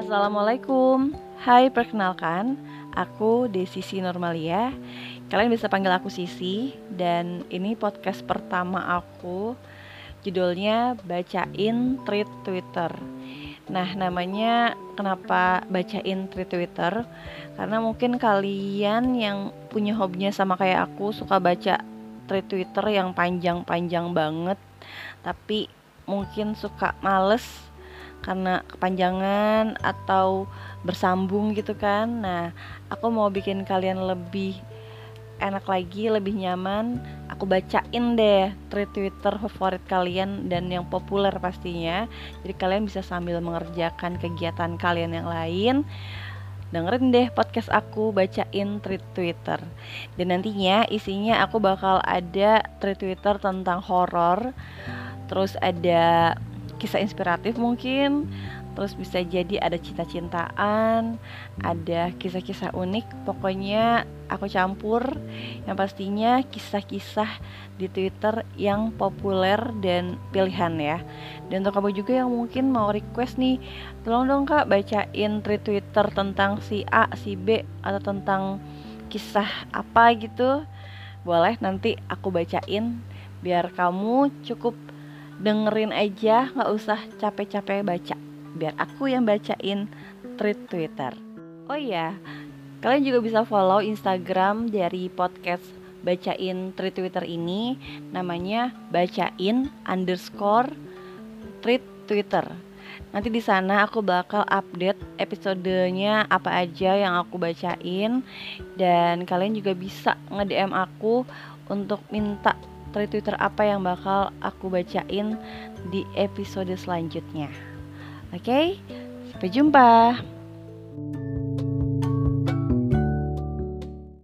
Assalamualaikum. Hai, perkenalkan, aku Desisi Normalia. Kalian bisa panggil aku Sisi. Dan ini podcast pertama aku. Judulnya Bacain Tweet Twitter. Nah, namanya kenapa bacain tweet Twitter? Karena mungkin kalian yang punya hobinya sama kayak aku, suka baca tweet Twitter yang panjang-panjang banget, tapi mungkin suka males karena kepanjangan atau bersambung gitu kan. Nah, aku mau bikin kalian lebih enak lagi, lebih nyaman. Aku bacain deh tweet Twitter favorit kalian dan yang populer pastinya. Jadi kalian bisa sambil mengerjakan kegiatan kalian yang lain, dengerin deh podcast aku bacain tweet Twitter. Dan nantinya isinya aku bakal ada tweet Twitter tentang horor, terus ada kisah inspiratif mungkin, terus bisa jadi ada cinta-cintaan, ada kisah-kisah unik. Pokoknya aku campur, yang pastinya kisah-kisah di Twitter yang populer dan pilihan ya. Dan untuk kamu juga yang mungkin mau request nih, tolong dong kak bacain tweet Twitter tentang si A, si B, atau tentang kisah apa gitu, boleh nanti aku bacain. Biar kamu cukup dengerin aja, gak usah capek-capek baca, biar aku yang bacain tweet Twitter. Oh iya, kalian juga bisa follow Instagram dari podcast bacain tweet Twitter ini. Namanya bacain_tweet Twitter. Nanti di sana aku bakal update episodenya apa aja yang aku bacain. Dan kalian juga bisa nge-DM aku untuk minta tweet Twitter apa yang bakal aku bacain di episode selanjutnya. Oke, sampai jumpa.